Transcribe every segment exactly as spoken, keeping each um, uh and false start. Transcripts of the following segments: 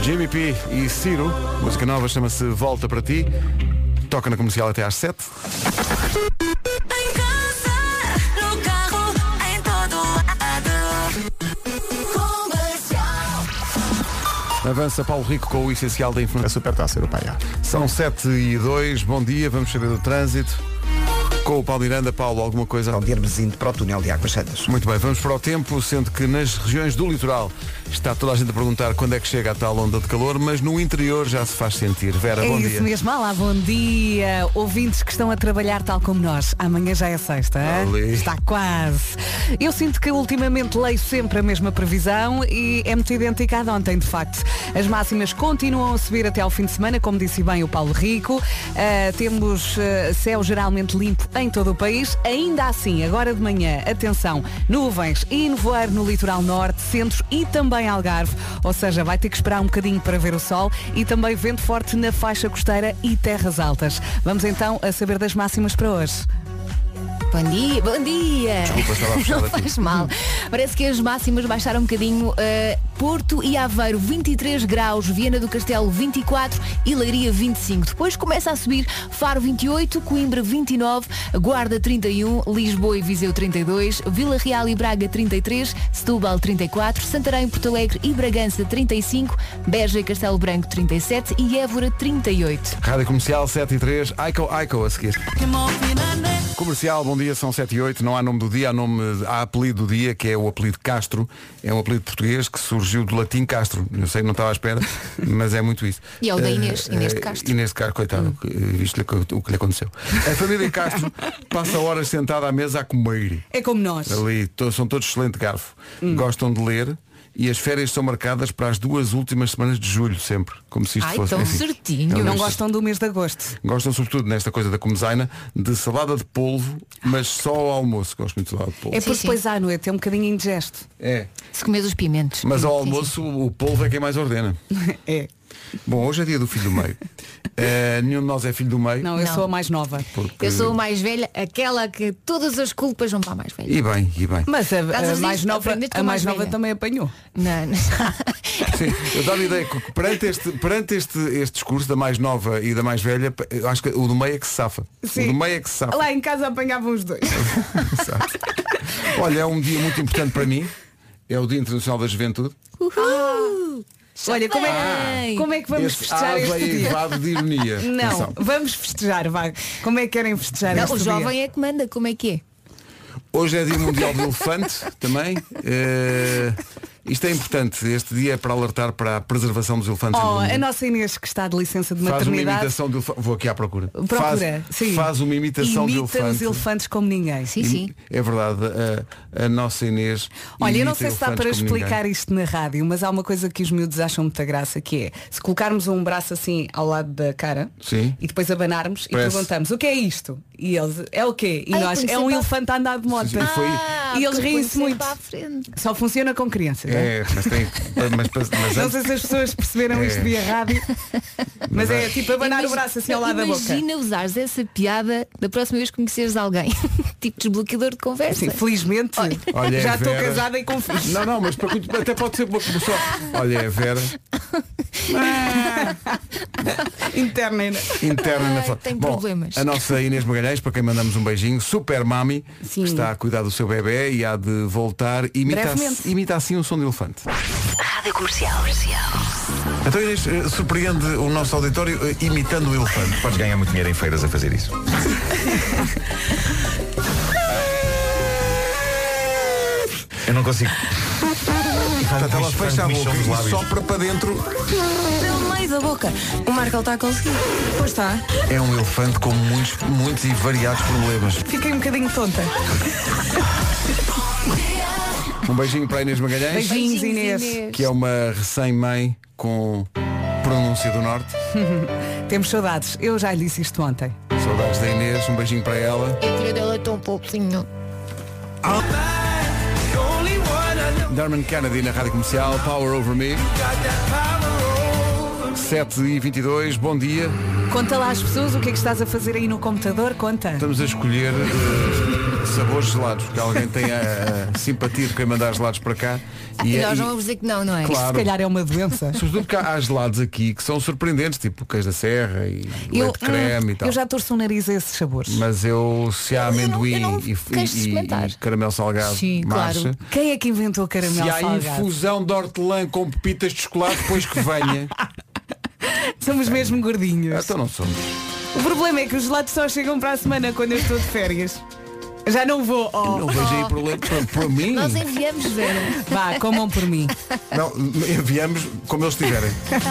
Jimmy P e Ciro, música nova, chama-se Volta para Ti. Toca na Comercial até às sete. Em casa, no carro, em todo lado. Comercial. Avança Paulo Rico com o essencial da informação. A Supertaça Europeia. São sete e dois, bom dia, vamos saber do trânsito. Com o Paulo Miranda. Paulo, alguma coisa? De Hermesinde para o túnel de Águas Santas. Muito bem, vamos para o tempo, sendo que nas regiões do litoral está toda a gente a perguntar quando é que chega a tal onda de calor, mas no interior já se faz sentir. Vera, é bom dia. É isso mesmo, olá, bom dia. Ouvintes que estão a trabalhar tal como nós. Amanhã já é sexta, hein? Está quase. Eu sinto que ultimamente leio sempre a mesma previsão e é muito idêntica à de ontem, de facto. As máximas continuam a subir até ao fim de semana, como disse bem o Paulo Rico. Uh, temos uh, céu geralmente limpo em todo o país. Ainda assim, agora de manhã, atenção, nuvens e nevoeiro no litoral norte, centro e também Algarve, ou seja, vai ter que esperar um bocadinho para ver o sol e também vento forte na faixa costeira e terras altas. Vamos então a saber das máximas para hoje. Bom dia, bom dia. Desculpa, estava a fechar Não aqui. faz mal. Parece que as máximas baixaram um bocadinho. Uh, Porto e Aveiro vinte e três graus, Viana do Castelo vinte e quatro e Leiria vinte e cinco. Depois começa a subir Faro vinte e oito, Coimbra vinte e nove, Guarda trinta e um, Lisboa e Viseu trinta e dois, Vila Real e Braga trinta e três, Setúbal trinta e quatro, Santarém, Porto Alegre e Bragança trinta e cinco, Beja e Castelo Branco trinta e sete e Évora trinta e oito. Rádio Comercial sete e três, Aiko Aiko a seguir. Comercial, bom dia, são sete e oito, não há nome do dia, há, nome, há apelido do dia, que é o apelido Castro. É um apelido português que surgiu do latim Castro. Eu sei que não estava à espera, mas é muito isso. E é o da Inês, uh, Inês de Castro. Inês de Castro, coitado, hum. Visto o que lhe aconteceu. A família Castro passa horas sentada à mesa a comer. É como nós. Ali, to, são todos excelente garfo. Hum. Gostam de ler. E as férias são marcadas para as duas últimas semanas de julho, sempre. Como se isto Ai, fosse. tão Enfim, certinho. Não gostam do mês de agosto. Gostam sobretudo nesta coisa da comezaina de salada de polvo, mas só ao almoço. Gosto muito de salada de polvo. É porque sim, sim. depois à noite é um bocadinho indigesto. É. Se comes os pimentos. Mas ao Sim, almoço sim. o polvo é quem mais ordena. É. Bom, hoje é dia do filho do meio. Uh, nenhum de nós é filho do meio. Não, eu Não. sou a mais nova. Porque... Eu sou a mais velha, aquela que todas as culpas vão para a mais velha. E bem, e bem. Mas a, a Casas mais disto, nova, aprendeste com a a mais mais nova velha. também apanhou. Não, não. Sim, eu dou-me a ideia que perante, este, perante este, este discurso da mais nova e da mais velha, eu acho que o do meio é que se safa. Sim. O do meio é que se safa. Lá em casa apanhavam os dois. Exato. Olha, é um dia muito importante para mim. É o Dia Internacional da Juventude. Uhul. Olha, como é, Bem. que, como é que vamos Este festejar ave este é dia? invado de ironia. Não, Atenção. vamos festejar, vai. Como é que querem festejar Não, este o dia? jovem é que manda, como é que é? Hoje é Dia Mundial do Elefante também. Uh, isto é importante. Este dia é para alertar para a preservação dos elefantes. Oh, no mundo. a nossa Inês que está de licença de Faz uma maternidade. imitação de elefante. Vou aqui à procura. Procura, faz, sim. faz uma imitação de Imita elefante. os elefantes como ninguém. Sim, sim. É verdade. A, a nossa Inês. Olha, eu não imita sei se dá elefantes para como explicar ninguém. isto na rádio, mas há uma coisa que os miúdos acham muita graça, que é, se colocarmos um braço assim ao lado da cara Sim. e depois abanarmos Parece. e perguntamos o que é isto? E eles, é o quê? E Ai, nós, põe-se é um para- elefante a andar de moto. Sim, sim, foi- Ah, E eles porque riem-se põe muito. para a frente. Só funciona com crianças. não é? É, mas tem. Mas, mas, mas Não antes- sei se as pessoas perceberam É. isto via rádio, mas é tipo abanar o Imagina- braço assim ao lado da boca. Imagina usares essa piada da próxima vez que conheceres alguém. Tipo desbloqueador de conversa. Sim, felizmente Olha, já é estou Vera. casada e confuso. Não, não, mas para- até pode ser uma pessoa. Olha, é a Vera. Interna ainda. Interna na Ai, foto. tem Bom, problemas. a nossa Inês Magalhães, para quem mandamos um beijinho, super mami, Sim. que está a cuidar do seu bebê e há de voltar. Imita, Brevemente. imita assim um som de elefante. Rádio Comercial. Então Inês, eh, surpreende o nosso auditório eh, imitando o elefante. Podes ganhar muito dinheiro em feiras a fazer isso. Eu não consigo. Portanto, ela fecha a boca e lábios. sopra para dentro. Pelo meio da boca. O Marco está a conseguir. Pois está. É um elefante com muitos, muitos e variados problemas. Fiquei um bocadinho tonta. Um beijinho para a Inês Magalhães, Beijinhos, Inês. que é uma recém-mãe com pronúncia do norte. Temos saudades. Eu já lhe disse isto ontem. Saudades da Inês, um beijinho para ela. E a filha dela é tão pouquinho. Dermot Kennedy na Rádio Comercial, Power Over Me. sete e vinte e dois, bom dia. Conta lá às pessoas o que é que estás a fazer aí no computador. Conta. Estamos a escolher uh, sabores gelados, que alguém tem a, a simpatia de quem mandar gelados para cá. E, e nós e, não vamos dizer que não, não é? Claro. Isto se calhar é uma doença. Sobretudo porque há gelados aqui que são surpreendentes, tipo queijo da serra e eu, leite de creme hum, e tal. Eu já torço o nariz a esses sabores. Mas eu, se há amendoim eu não, eu não e, e, e, e caramelo salgado, sim, marcha. claro. Quem é que inventou o caramelo se há salgado? infusão de hortelã com pepitas de chocolate, depois que venha. Somos mesmo gordinhos. Então não somos. O problema é que os gelados só chegam para a semana quando eu estou de férias. Já não vou. Oh. Não vejo aí problema por, por mim. Nós enviamos, Vera. Vá, comam por mim. Não, enviamos como eles tiverem.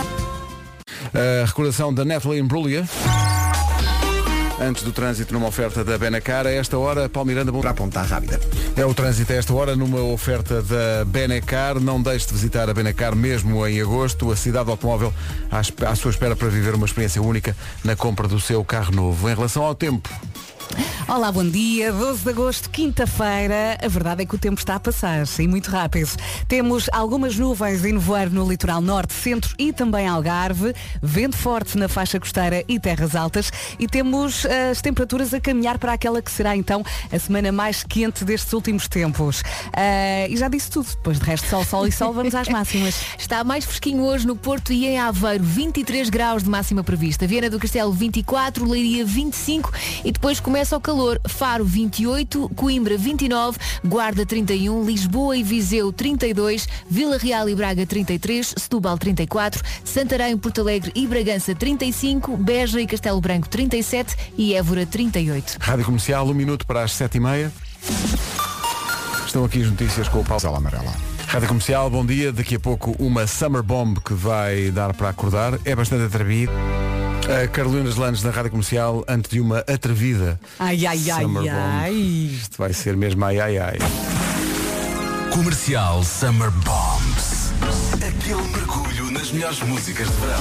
A recordação da Natalie Imbruglia. Antes do trânsito numa oferta da Benacar, a esta hora, Paulo Miranda, bom... Para a ponta rápida. É o trânsito a esta hora numa oferta da Benacar. Não deixe de visitar a Benacar mesmo em agosto. A cidade do automóvel à, à sua espera para viver uma experiência única na compra do seu carro novo. Em relação ao tempo... Olá, bom dia. doze de agosto, quinta-feira. A verdade é que o tempo está a passar e muito rápido. Temos algumas nuvens e nevoeiro no litoral norte, centro e também Algarve. Vento forte na faixa costeira e terras altas. E temos as temperaturas a caminhar para aquela que será então a semana mais quente destes últimos tempos. Uh, e já disse tudo. Depois de resto, sol, sol e sol, vamos às máximas. Está mais fresquinho hoje no Porto e em Aveiro. vinte e três graus de máxima prevista. Viana do Castelo vinte e quatro, Leiria vinte e cinco e depois começa o calor. Faro vinte e oito, Coimbra vinte e nove, Guarda trinta e um, Lisboa e Viseu trinta e dois, Vila Real e Braga trinta e três, Setúbal trinta e quatro, Santarém, Porto Alegre e Bragança trinta e cinco, Beja e Castelo Branco trinta e sete e Évora trinta e oito. Rádio Comercial, um minuto para as sete e meia. Estão aqui as notícias com o Paulo Amarela. Rádio Comercial, bom dia. Daqui a pouco uma Summer Bomb que vai dar para acordar. É bastante atrevido. A Carolina Landes na Rádio Comercial antes de uma atrevida Ai, ai, ai, Summer ai. Bomb. Isto vai ser mesmo ai, ai, ai. Comercial Summer Bombs. Aquele mergulho nas melhores músicas de verão.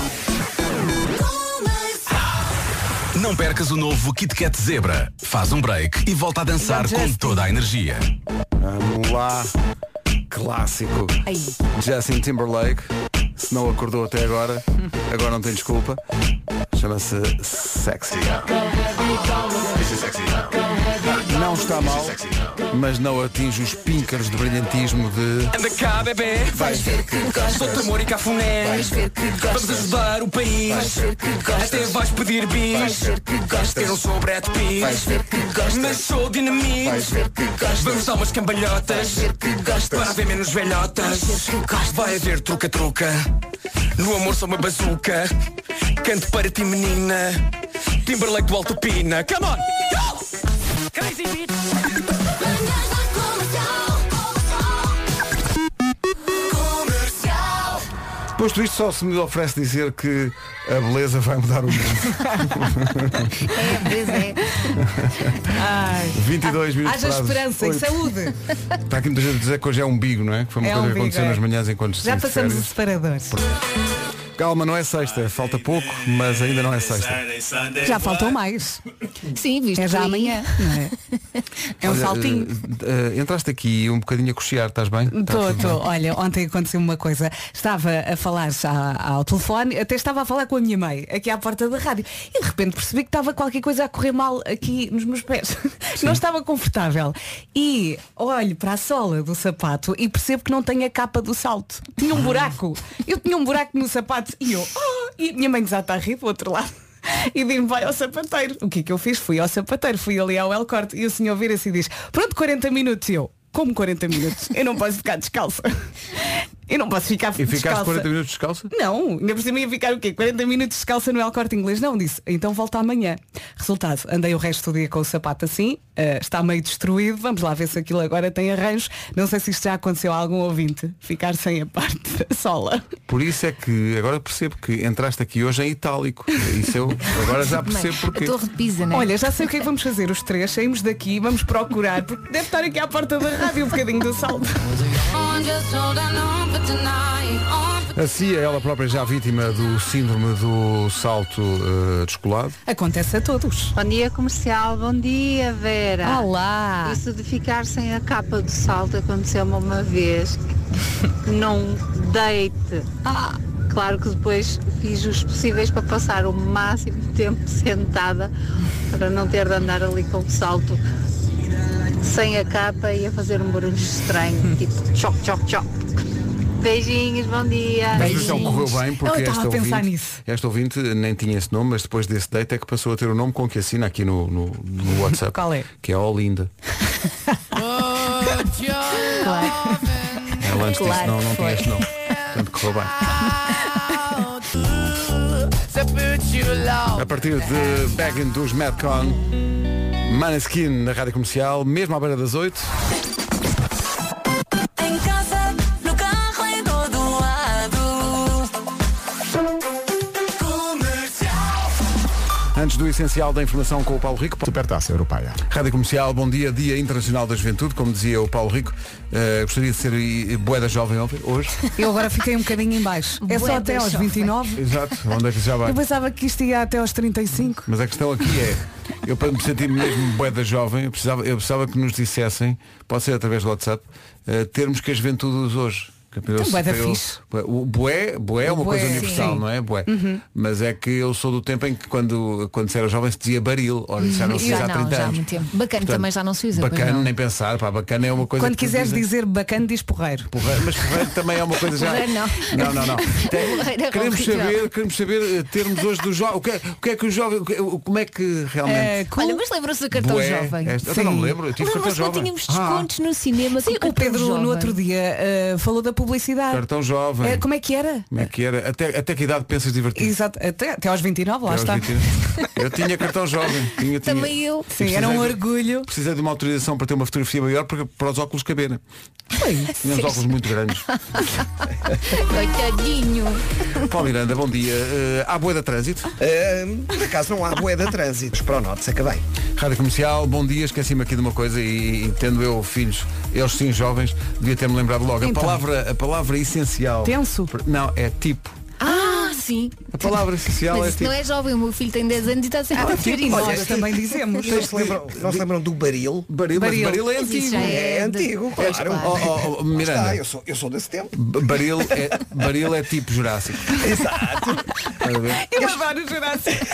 Não percas o novo Kit Kat Zebra. Faz um break e volta a dançar com toda a energia. Vamos lá. Clássico. Ai. Justin Timberlake. Se não acordou até agora, agora não tem desculpa. Chama-se Sexy. Não está mal, mas não atinge os píncaros de brilhantismo de... Anda cá, bebê. Vais ver que gostas. Solta amor e cafuné. Vais ver que gostas. Vamos ajudar o país. Vais ver que gostas. Até vais pedir bis. Vais ver que gostas. Eu não sou Brad Pitt. Vais ver que gostas. Mas sou dinamite. Vais ver que gostas. Vamos dar umas cambalhotas. Vais ver que gostas. Para haver menos velhotas. Vai haver truca-truca. No amor sou uma bazuca. Canto para ti, menina. Timberlake do Alto Pina. Come on! Go! Crazy beat! Posto isto, só se me oferece dizer que a beleza vai mudar o mundo. É, a beleza é. Ai. vinte e dois minutos Haja para as esperança e oito. saúde. Está aqui muita gente a dizer que hoje é umbigo, não é? Que foi uma É coisa umbigo, que aconteceu é. nas manhãs enquanto Já estive de passamos o férias. separador. Calma, não é sexta, falta pouco, mas ainda não é sexta. Já faltou mais. Sim, visto É já que- amanhã, não é? É um Olha, saltinho. eh, eh, entraste aqui um bocadinho a cochear, estás bem? Está Estou, tudo estou. bem? Olha, ontem aconteceu uma coisa. Estava a falar já ao telefone, até estava a falar com a minha mãe, aqui à porta da rádio. E de repente percebi que estava qualquer coisa a correr mal aqui nos meus pés. Não estava confortável. E olho para a sola do sapato e percebo que não tem a capa do salto. Tinha um buraco. Eu tinha um buraco no sapato e eu, oh! E a minha mãe já está a rir do outro lado. E diz-me, vai ao sapateiro. O que é que eu fiz? Fui ao sapateiro, fui ali ao El Corte e o senhor vira-se e diz, pronto, quarenta minutos. E eu, como quarenta minutos? Eu não posso ficar descalça. Eu não posso ficar E ficaste descalça. quarenta minutos descalça? Não, ainda por cima ia ficar o quê? quarenta minutos descalça no El Corte Inglês? Não, disse, então volta amanhã. Resultado, andei o resto do dia com o sapato assim, uh, está meio destruído, vamos lá ver se aquilo agora tem arranjos. Não sei se isto já aconteceu a algum ouvinte, ficar sem a parte da sola. Por isso é que agora percebo que entraste aqui hoje em itálico. Isso eu agora já percebo porquê. A Torre de Pisa, né? Olha, já sei o que é que vamos fazer os três, saímos daqui, vamos procurar, porque deve estar aqui à porta da rádio um bocadinho do salto. A Cia, ela própria já vítima do síndrome do salto uh, descolado. Acontece a todos. Bom dia comercial, bom dia Vera. Olá! Isso de ficar sem a capa do salto aconteceu-me uma vez. Não deite. Ah, claro que depois fiz os possíveis para passar o máximo de tempo sentada para não ter de andar ali com o salto sem a capa e a fazer um barulho estranho, tipo choc, choc, choc. Beijinhos, bom dia. A expressão correu bem porque Eu esta estava a pensar ouvinte, nisso. esta ouvinte nem tinha esse nome, mas depois desse date é que passou a ter o nome com que assina aqui no, no, no WhatsApp. Qual é? Que é Olinda. Ela antes disso não, não tinha este nome. Portanto, correu bem. A partir de Baggin dos Madcon, Maneskin na Rádio Comercial, mesmo à beira das oito. Em casa, no carro, em todo lado. Comercial. Antes do essencial da informação com o Paulo Rico. Supertaça europeia. Rádio Comercial, bom dia, Dia Internacional da Juventude, como dizia o Paulo Rico. Uh, gostaria de ser uh, boeda jovem hoje. Eu agora fiquei um bocadinho em baixo. É só Bué até da aos jovem. vinte e nove. Exato, onde é que já vai? Eu pensava que isto ia até aos trinta e cinco. Mas a questão aqui é, eu para me sentir mesmo boeda jovem, eu precisava, eu precisava que nos dissessem, pode ser através do WhatsApp, uh, termos que a juventude usa hoje. Então, bué da fixe. O bué, bué é uma O bué, coisa universal, sim. não é? Bué. Mas é que eu sou do tempo em que quando, quando se era jovem se dizia baril. Ora, isso já não se usa Já há não, trinta já há anos. muito tempo. Bacana Portanto, também já não se usa. pois Bacana, não. nem pensar, pá, bacana é uma coisa Quando que quiseres dizem. dizer bacana, diz porreiro. Porreiro, mas porreiro também é uma coisa já. Porreiro não. Não, não, não. Tem- Porreiro é queremos horrível. saber, queremos saber eh, termos hoje do jovem. O que, é, o que é que o jovem. o que- o- Como é que realmente. É, cool. Olha, mas lembram-se do cartão Bué, jovem? esta- eu não me Sim. lembro, eu tive cartão Lembram-se quando jovem. tínhamos Ah, descontos no cinema com Sim, cartão o Pedro jovem? no outro dia eh, falou da publicidade. cartão jovem. Eh, como é que era? Como é que era? Até, até que idade pensas divertir? Exato, até, até aos vinte e nove, lá Aos está. vinte e nove. Eu tinha cartão jovem. Tinha, tinha. Também eu. Sim, era um orgulho. Precisei de uma autorização para ter uma fotografia maior para, para os óculos caberem. Foi. Tinha uns óculos muito grandes. Coitadinho. Paulo Miranda, bom dia. Uh, há boa da trânsito. Uh, por acaso não há bué de trânsitos. Para o norte, acabei. Rádio Comercial, bom dia. Esqueci-me aqui de uma coisa e, e tendo eu filhos, eles sim jovens, devia ter-me lembrado logo. Então. A palavra, a palavra essencial. Tenso? Não, é tipo. Ah, sim. A palavra essencial Mas é isso tipo. não é jovem, o meu filho tem dez anos e está sempre a ter E isso. nós também dizemos. Não se lembram, não se lembram do baril? Baril, mas Baril. baril é Mas isso antigo. já É, antigo, Pois, claro. claro. Oh, oh, oh, Lá Miranda, está, eu sou, eu sou desse tempo. B- baril, é, baril é tipo Jurássico. Exato. Estás a ver? Eu adoro o Jurássico.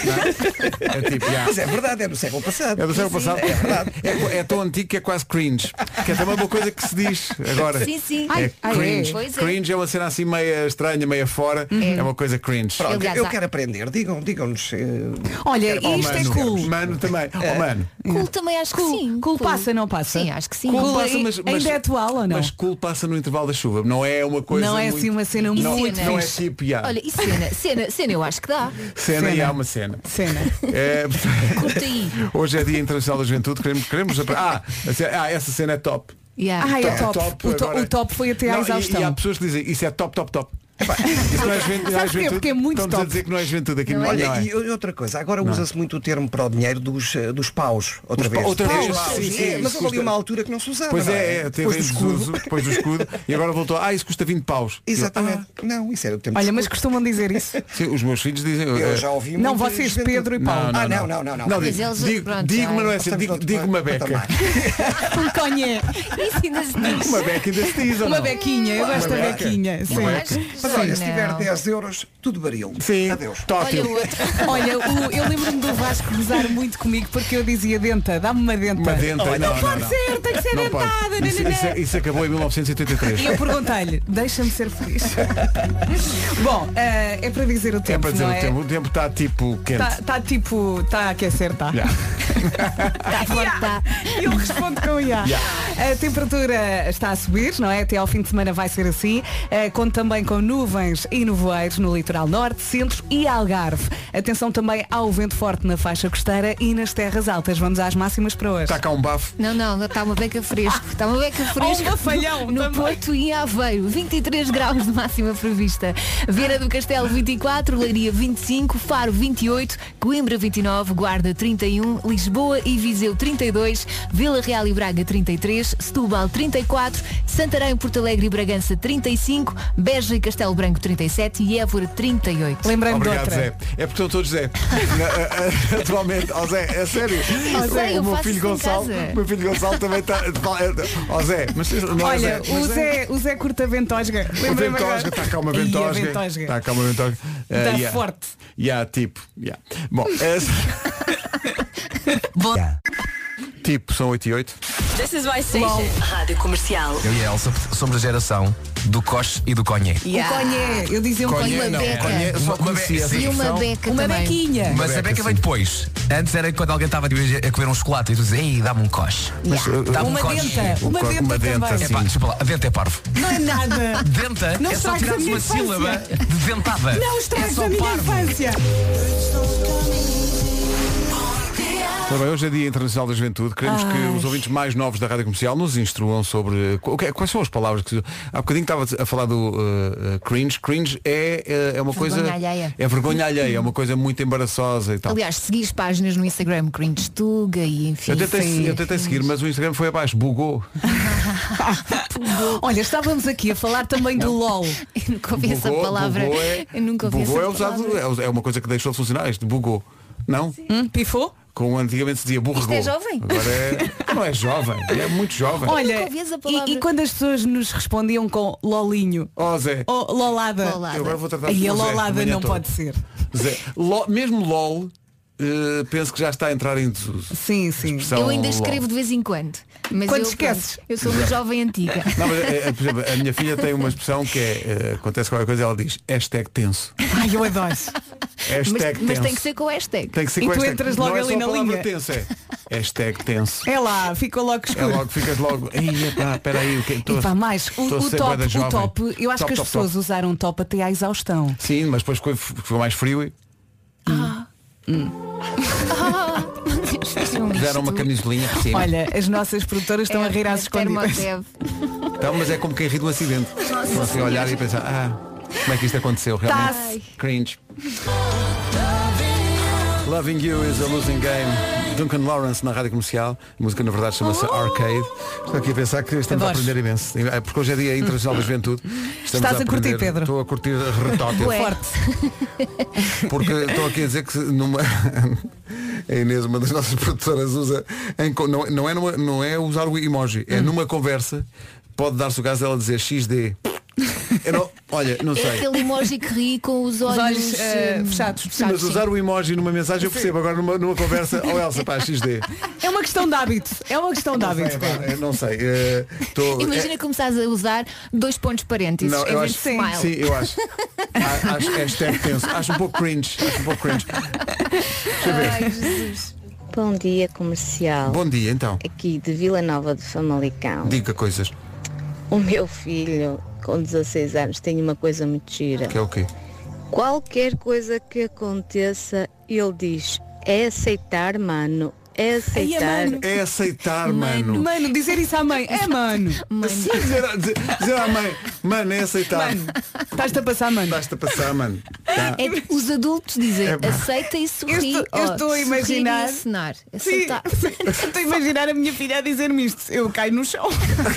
É tipo, já. Mas é verdade, é do século passado. É do século passado. É verdade. É, é tão antigo que é quase cringe. Que é também uma coisa que se diz agora. Sim, sim. É Ai, ai, cringe. é. Pois é. Cringe é uma cena assim meia estranha, meia fora. É uma coisa cringe. Pronto, Aliás, eu há- quero aprender. Digam, digam-nos. eh, Olha, Oh, isto é mano. cool. Mano também. Oh, mano. Cool também acho que Cool. sim. Cool passa, não passa? Sim, acho que sim. Cool Cool passa, ai- mas, mas- ainda é atual ou não? Mas cool passa no intervalo da chuva. Não é uma coisa. Não é muito- assim uma cena não, muito não é fixe. tipo, já. Olha, e cena? Cena, cena eu acho que dá. Cena e Cena. há uma cena. Cena. É, Curta aí. hoje é Dia Internacional da Juventude. Queremos, queremos ah, a ce- ah, essa cena é top. Yeah. Ah, é Top, top. top, o, to- agora- o top foi até à Não, e, exaustão. e há pessoas que dizem isso é top, top, top. Isso não é juventude, não é Sabes porquê? juventude. Porque é muito Estamos a top. dizer que não é juventude aqui. Não Não, é? não Olha, é. e outra coisa, agora usa-se muito o termo para o dinheiro dos, eh, dos paus. Outra Os pa- vez. outra vez, Paus, sim, é, sim, mas isso houve ali custa- uma altura que não se usava. Pois não é, é, teve depois em do escudo. desuso, depois do escudo, e agora voltou, ah, isso custa vinte paus. Exatamente. Eu, Não, isso era o tempo Olha, do mas escudo. costumam dizer isso. ah, sim, os meus filhos dizem. Eu eh, já ouvi Não, muita vocês, juventude. Pedro e Paulo. Ah, não, não, não, não. Não, Mas digo, eles, digo, pronto, digo, já mas não é Nós assim, estamos digo, noutro digo uma beca. patamar. Um conhé. Isso ainda se diz. Uma beca ainda se diz, ou Uma não? bequinha. Eu gosto da beca. bequinha. Sim. Acho que Mas olha, se sim, tiver não. dez euros, tudo baril. Sim, Adeus. Olha tótil. o outro. Olha, o- eu lembro-me do Vasco gozar muito comigo porque eu dizia denta, dá-me uma denta. Uma denta, não, não, Pode não. ser, tem que ser Não pode. dentada. Isso, isso, é- isso acabou em mil novecentos e oitenta e três. E eu perguntei-lhe, deixa-me ser feliz. Bom, eh, é para dizer o É tempo, para dizer não o é? tempo. O tempo está tipo quente. Está tá, tipo, está a aquecer, está. Já. Tá forte, tá. Ele responde com IA. A temperatura está a subir, não é? Até ao fim de semana vai ser assim. Eh, conto também com nuvens e nevoeiros no litoral norte, centro e Algarve. Atenção também ao vento forte na faixa costeira e nas terras altas. Vamos às máximas para hoje. Está cá um bafo. Não, não, está uma beca fresco. Está uma beca fresco. um bafalhão no também. Porto e em Aveiro. vinte e três graus de máxima prevista. Viana do Castelo vinte e quatro, Leiria vinte e cinco, Faro vinte e oito, Coimbra vinte e nove, Guarda trinta e um, Lisboa e Viseu trinta e dois, Vila Real e Braga trinta e três, Setúbal trinta e quatro, Santarém, Porto Alegre e Bragança trinta e cinco, Beja e Castelo Branco trinta e sete e Évora trinta e oito. Lembrei-me de Obrigado, outra. Zé. É porque estão todos Zé. Na- a- a- Atualmente, ó Zé, é sério. Eu Zé, sei, eu o meu faço filho isso em Gonçalo, casa. o meu filho Gonçalo também está. Ó Zé, mas não Olha, é Zé. o mas Zé, o Zé curta ventosga. O Lembrei-me ventosga, agora. está cá uma Ih, a ventosga. ventosga. Está cá uma ventosga. Está Eh, yeah. forte. Yeah, tipo. Yeah. Bom, eh, tipo, são oito e oito. This is my station. Rádio Comercial. Eu e a Elsa somos a geração do coche e do conhé. Yeah. O conhé, eu dizia um conhé. Uma beca. Conhé, só conhecia essa E uma expressão. beca Uma também. bequinha. Mas beca, a beca sim. veio depois. Antes era quando alguém estava a comer um chocolate e tu dizes, ei, dá-me um coche. Mas, uh, Dá-me um Uma coche. denta. Uma co- denta uma denta, também. sim. É pá, desculpa lá, a denta é parvo. Não é nada. Denta Não é só estragues a tirares minha uma infância. sílaba de dentada. Não é estragues só a minha parvo. infância. Ora bem, hoje é Dia Internacional da Juventude. Queremos que os ouvintes mais novos da Rádio Comercial nos instruam sobre o que- quais são as palavras que se... Há bocadinho estava a falar do uh, uh, cringe. Cringe é, é, é uma Vergonha coisa... alheia. É vergonha alheia, é uma coisa muito embaraçosa e tal. Aliás, seguis páginas no Instagram, Cringe Tuga e enfim. Eu tentei, sim. eu tentei seguir, mas o Instagram foi abaixo, bugou. Olha, estávamos aqui a falar também do LOL. Eu nunca ouvi essa Bugou- palavra. bugou é, Eu nunca ouvi bugou essa é usado, palavra. é uma coisa que deixou de funcionar, isto bugou. Não? Hum, pifou? Com antigamente se dizia burregou. Isto é jovem? Agora é... Não é jovem, é muito jovem. Olha, nunca ouvi essa palavra. e, e quando as pessoas nos respondiam com lolinho? Ó Zé, Ou lolada? Lolada. eu agora vou tratar Aí a por Zé, lolada amanhã não toda. pode ser. Zé, lo- mesmo LOL, eh, penso que já está a entrar em desuso. Sim, sim. Expressão Eu ainda LOL. escrevo de vez em quando. Mas Quando eu, esqueces? pronto, eu sou uma jovem antiga. Não, mas, eh, eh, por exemplo, a minha filha tem uma expressão que é, eh, acontece qualquer coisa, ela diz hashtag tenso. Ai, eu adoro. Hashtag Mas, tenso. mas tem que ser com hashtag. Tem que ser E com tu hashtag. entras logo Não é ali só a na palavra linha. tenso, é hashtag tenso. É lá, ficou logo É escuro. logo, ficas logo. Ei, epá, espera aí, o que E pá, mais, o, estou a o ser top, bué da o jovem. top, eu acho Top, que as top, pessoas top. usaram top até à exaustão. Sim, mas depois ficou, ficou mais frio e deram uma camisolinha por cima. Olha, as nossas produtoras estão É, a rir às é escondidas. termodeve. Então, mas é como quem ri de um acidente. Você olhar e pensar, ah, como é que isto aconteceu realmente? Tá-se. Cringe. Loving You is a Losing Game. Duncan Lawrence na Rádio Comercial. A música na verdade chama-se Arcade. Estou aqui a pensar que estamos Adoro. a aprender imenso. É porque hoje é Dia Internacional da Juventude. Estamos Estás a curtir, aprender- Pedro? Estou a curtir retótil. Ué. Forte. Porque estou aqui a dizer que numa. A Inês, uma das nossas produtoras, usa. Em, co- não, não, é numa- não é usar o emoji, é numa conversa. Pode dar-se o caso dela dizer X D. Eu não- olha, não É sei. aquele emoji que ri com os Os olhos, olhos eh, hum, fechados. Sim, mas sim. usar o emoji numa mensagem eu percebo. Agora numa, numa conversa, oh Elsa, pá, X D. É uma questão de hábito. É uma questão de hábito. É, pá, eu não sei. eh, tô- Imagina é- começares a usar dois pontos parênteses Não, em eu vez acho, de smile. sim, eu acho. A- Acho hashtag tenso. Acho um pouco cringe. Acho um pouco cringe. Deixa eu ver. Ai, Jesus. Bom dia, comercial. Bom dia, então. Aqui de Vila Nova de Famalicão. Diga coisas. O meu filho, com dezasseis anos, tem uma coisa muito gira. Que é o quê? Qualquer coisa que aconteça, ele diz, é aceitar, mano. É aceitar. Ai, é mano. É aceitar, mano. Mano, dizer isso à mãe. É mano. Sim, dizer, dizer, dizer à mãe, mano, é aceitar. Mano. Estás-te a passar, mano. Estás-te a passar, mano. Tá. É tipo, os adultos dizem É, pá. aceita e sorri. Eu estou- eu Oh, estou a sorrir imaginar- e acenar. Sim, Aceitar. sim. Eu estou a imaginar a minha filha a dizer-me isto. Eu caio no chão.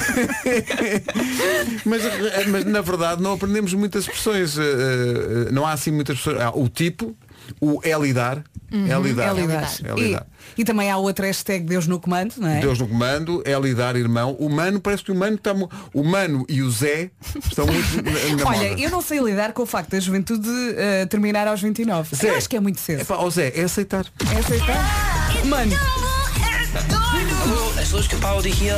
mas, mas na verdade não aprendemos muitas expressões. eh, eh, não há assim muitas expressões. Há o tipo, o é lidar. É lidar. É lidar. É lidar. E, e também há outra hashtag Deus no comando, não é? Deus no comando, é lidar, irmão. O mano, parece que o mano está. mu- O mano e o Zé estão muito na, na Olha, moda. eu não sei lidar com o facto da juventude eh, terminar aos vinte e nove. Zé. Eu acho que é muito cedo. Epá, ó Zé, é aceitar. É aceitar? Mano, É só que Pauli hier.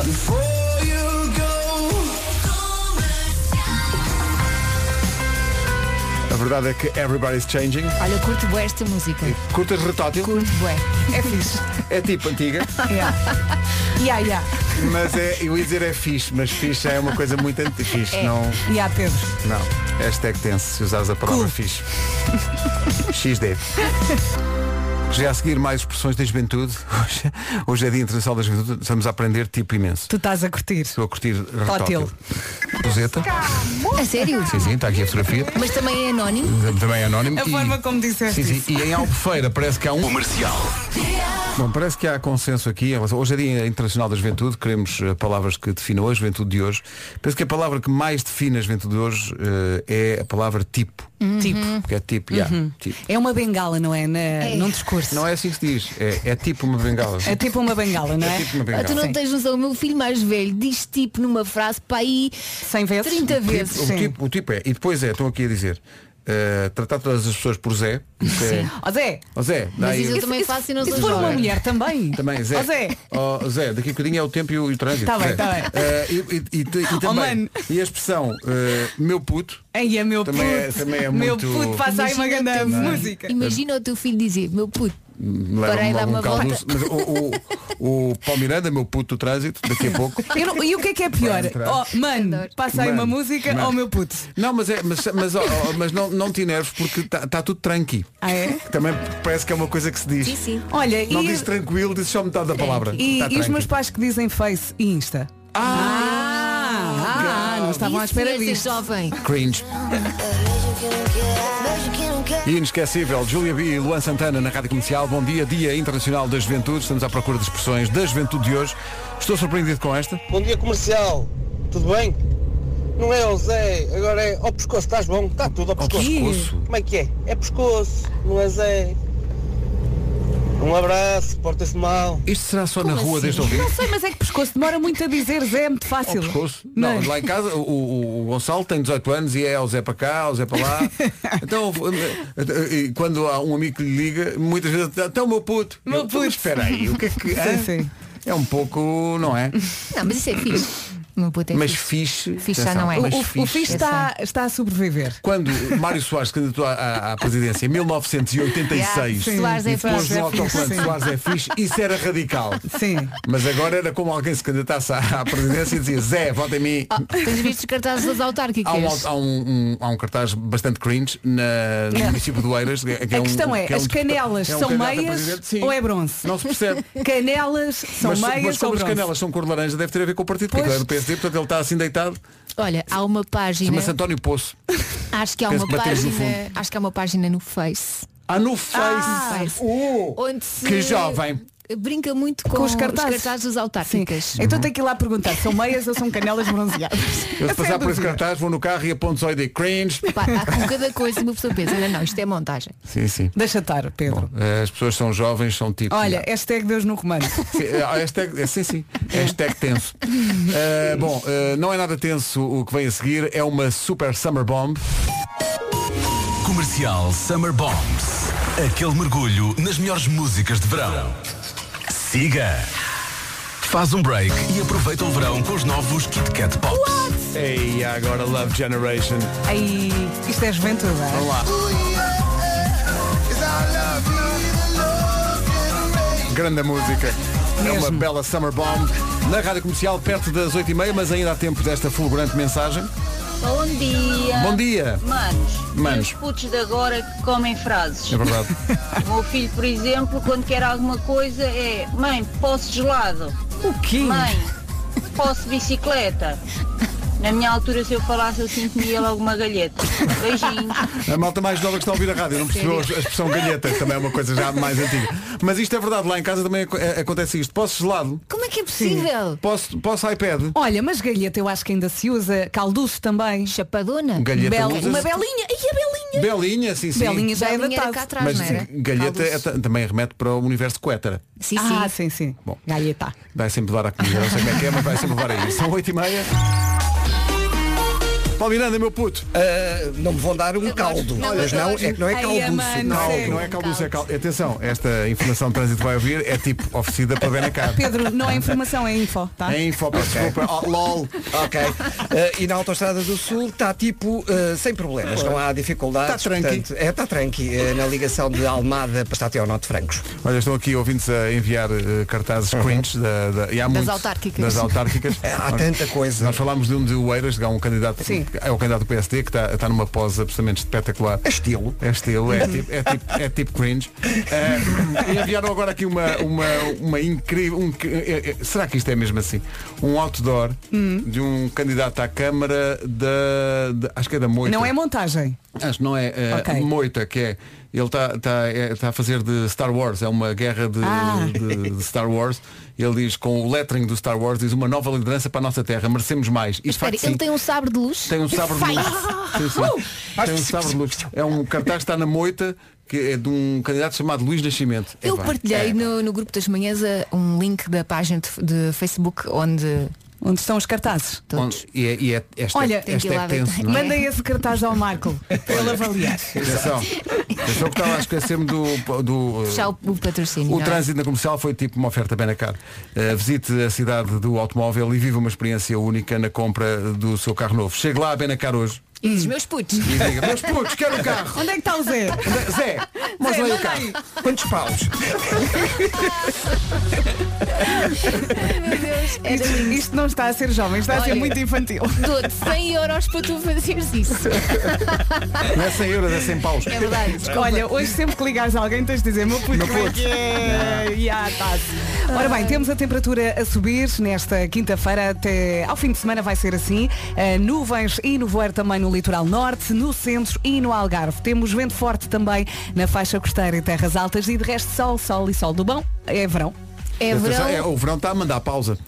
A verdade é que everybody's changing. Olha, curto bué esta música. Curtas retótil? Curto bué. é fixe. É tipo antiga, Yeah. Yeah, yeah. mas é, eu ia dizer é fixe, mas fixe já é uma coisa muito anti-fixe. É. Não, Yeah, Pedro. não. Hashtag tense, se usares a palavra Cool. fixe. X D. Já a seguir mais expressões da juventude. Hoje, hoje é Dia Internacional da Juventude. Estamos a aprender tipo imenso. Tu estás a curtir. Estou a curtir Tótil. retótil. Roseta. A sério? Sim, sim, está aqui a fotografia. Mas também é anónimo? Também é anónimo. A E- forma como disseste Sim, sim. isso. E em Albufeira parece que há um. Comercial. Bom, parece que há consenso aqui. em relação- Hoje é Dia Internacional da Juventude. Queremos eh, palavras que definam a juventude de hoje. Penso que a palavra que mais define a juventude de hoje eh, é a palavra tipo. Tipo. Porque é tipo, yeah, tipo. É uma bengala, não é? Na, Num discurso. Não é assim que se diz. É, é tipo uma bengala. É tipo uma bengala, não é? É tipo uma Ah, bengala. tu não Sim. tens noção, o meu filho mais velho diz tipo numa frase para aí Cem vezes? trinta vezes. O tipo, o tipo é, e depois é, estão aqui a dizer, Uh, tratar todas as pessoas por Zé. Isso é... Ó Zé. Ó Zé, Mas daí... isso eu também faço e não E sou se for uma jovem. mulher também? Também, Zé. Ó Zé. Ó, Zé, daqui a bocadinho é o tempo e o, e o trânsito. Tá bem, Zé. tá bem. Uh, e, e, e, e, Oh, também, mano. e a expressão uh, meu puto. Aí é meu Também puto. é- também é meu muito- puto, passa aí uma Imagina grande o teu filho- música. Imagina o teu filho dizer, meu puto, Leva-me Para aí logo dar uma um caldo. volta. Mas o, o, o Paulo Miranda, meu puto do trânsito, daqui a pouco. Eu não- e o que é que é pior? Vai entrar. Oh, mano, passa aí uma Mano, música mano. ao meu puto. Não, mas é, mas, mas, ó, ó, mas não, não te enerves porque está tá tudo tranqui. Ah, é? Também parece que é uma coisa que se diz. sim, sim. Olha, Não e, diz tranquilo, diz só metade da palavra. e, Tá e os tranqui. meus pais que dizem Face e Insta? Ah, ah, não estavam à espera Isso é ser disto. jovem. Cringe. E inesquecível, Júlia B e Luan Santana na Rádio Comercial. Bom dia, Dia Internacional da Juventude. Estamos à procura de expressões da juventude de hoje. Estou surpreendido com esta. Bom dia comercial, tudo bem? Não é o Zé, agora é ao pescoço, estás bom? Está tudo ao pescoço. pescoço? Como é que é? É pescoço, não é Zé. Um abraço, porta-se mal. Isto será só Como na rua assim? desde ouvir? Não sei, mas é que pescoço demora muito a dizer, Zé, é muito Ao fácil. pescoço? Não Não, é? lá em casa o, o, o Gonçalo tem dezoito anos e é ao Zé para cá, ao Zé para lá. Então, e quando há um amigo que lhe liga, muitas vezes até o meu puto. Meu Eu, puto. mas espera aí, o que é que Sim, hã? sim. É um pouco, não é? Não, mas isso é fixe. O meu puto é Mas fixe. fixe. Fixe já atenção, não é. mas O, o fixe está, está a sobreviver. Quando Mário Soares se candidatou à, à, à presidência em mil novecentos e oitenta e seis Yeah, Soares é e depois fixe. no autocolante Sim. Soares é fixe, isso era radical. Sim. Mas agora era como alguém se candidatasse à, à presidência e dizia Zé, vota em mim. Oh, tens visto os cartazes das autárquicas? Há um, há, um, um- há um cartaz bastante cringe na, no Não. município de Oeiras. Que é A um- questão é, que um as deputado- canelas é um são candidato a meias presidente, sim. ou é bronze? Não se percebe. Canelas são mas, meias mas como ou as bronze? canelas são cor de laranja, deve ter a ver com o partido, porque Pois. ele é do P S D, portanto ele está assim deitado. Olha, há uma página. Chama-se António Poço. Acho que há Penso uma que batemos no página. Acho que há uma página no Face. Ah, no Face. Ah, Face. Oh, Onde se que jovem. brinca muito com, Com os os cartazes. cartazes, das Sim. autárquicas. Então tem que ir lá perguntar, são meias ou são canelas bronzeadas? Eu se Essa é passar a por esse dúvida. cartaz, vou no carro e aponto só e digo cringe. Pá, há com cada coisa uma pessoa pensa, não, não, isto é montagem. Sim, sim. Deixa estar, Pedro. As pessoas são jovens, são tipo. Olha, hashtag Deus no comando. Sim, eh, hashtag, eh, sim, sim. Hashtag tenso. Eh, bom, eh, não é nada tenso o que vem a seguir, é uma super summer bomb. Comercial Summer Bombs. Aquele mergulho nas melhores músicas de verão. Siga. Faz um break e aproveita o verão com os novos Kit Kat Pops. Ei, agora Love Generation. Aí, isto é juventude, é? Vamos lá. Grande música. É uma Mesmo. bela summer bomb. Na rádio comercial, perto das oito e meia, mas ainda há tempo desta fulgurante mensagem. Bom dia. Bom dia. Manos, Manos. e os putos de agora que comem frases. É verdade. O meu filho, por exemplo, quando quer alguma coisa é: mãe, posso gelado? O quê? Mãe, posso bicicleta? Na minha altura, se eu falasse assim, comia logo uma galheta. Beijinhos. A malta mais nova que está a ouvir a rádio não percebeu a expressão galheta, que também é uma coisa já mais antiga. Mas isto é verdade, lá em casa também ac- é- acontece isto. Posso gelado? Como é que é possível? Posso, posso iPad? Olha, mas galheta eu acho que ainda se usa. Calduço também. Chapadona. Galheta Bel- usa-se. uma belinha. E a belinha? Belinha, sim, sim. Belinha já é Belinha era cá datado. atrás, Mas não era? galheta é Calduço. ta- também remete para o universo de Coétara. Sim, sim. Ah, sim, sim. Bom. Galheta. Vai sempre levar a comida, não sei como é que é, mas vai sempre levar a isso. São oito e meia. Paulo Miranda, meu puto. Ah, não me vão dar um caldo. Não, Mas eu não, gosto. é que não é Ai, calduço. mano, Não, sério. Não é calduço, é caldo. Atenção, esta informação de trânsito vai ouvir é tipo oferecida para Benacar. Pedro, não é informação, é info, tá? É info, peço Ok. desculpa. Oh, LOL. Ok. Ah, e na Autostrada do Sul está tipo ah, sem problemas, não há dificuldades. Tá tranqui. portanto, é, está tranqui ah, na ligação de Almada para estar até ao Norte de Francos. Olha, estão aqui ouvintes a enviar eh, cartazes cringe da, da, e há muitos- autárquicas. das autárquicas. Há tanta coisa. Nós falámos de um de Oeiras, que é um candidato, Sim. é o candidato do P S D que está, está numa pose absolutamente espetacular. É estilo. É estilo, é tipo, é tipo, é tipo cringe. Eh, e enviaram agora aqui uma, uma, uma incrível. Um, é- é- será que isto é mesmo assim? Um outdoor de um candidato à Câmara da. da- acho que é da Moita. Não é montagem. Acho que não é. eh, Ok. Moita, que é. Ele está tá, é, tá a fazer de Star Wars, é uma guerra de, Ah. de- de Star Wars. Ele diz, com o lettering do Star Wars, diz uma nova liderança para a nossa terra, merecemos mais. E de Espera, facto, ele sim, tem um sabre de luz? tem um sabre de luz. Sim, sim. Tem um sabre de luz. É um cartaz que está na Moita, que é de um candidato chamado Luís Nascimento. Eu Epá, partilhei é. no, no grupo das manhãs uh, um link da página de, de Facebook onde Onde estão os cartazes? Onde, e é, e é, esta, Olha, esta é tenso, não é? mandem esse cartaz ao Marco para ele avaliar. Atenção, atenção que estava a esquecer-me do, do Fechar o, o patrocínio. o não é? trânsito na comercial foi tipo uma oferta Benacar. Uh, visite a cidade do automóvel e viva uma experiência única na compra do seu carro novo. Chegue lá a Benacar hoje E diz, meus putos. e diga, meus putos, quero o carro. Onde é que está o Zé? Onde- Zé, mostra aí o carro. Quantos paus? Meu Deus, era Isto, lindo. isto não está a ser jovem, está a ser Olha, muito infantil. Dou-te cem euros para tu fazeres isso. Não é cem euros, é cem paus. É verdade. Desculpa. Olha, hoje sempre que ligares a alguém tens de dizer meu puto, Meu como é puto. que é? E ah, tá. Ora bem, temos a temperatura a subir nesta quinta-feira até ao fim de semana vai ser assim. Uh, nuvens e nevoeiro também no litoral norte, no centro e no Algarve. Temos vento forte também na faixa costeira e terras altas e de resto sol, sol e sol do bom. É verão. É Atenção, verão. é, o verão está a mandar pausa.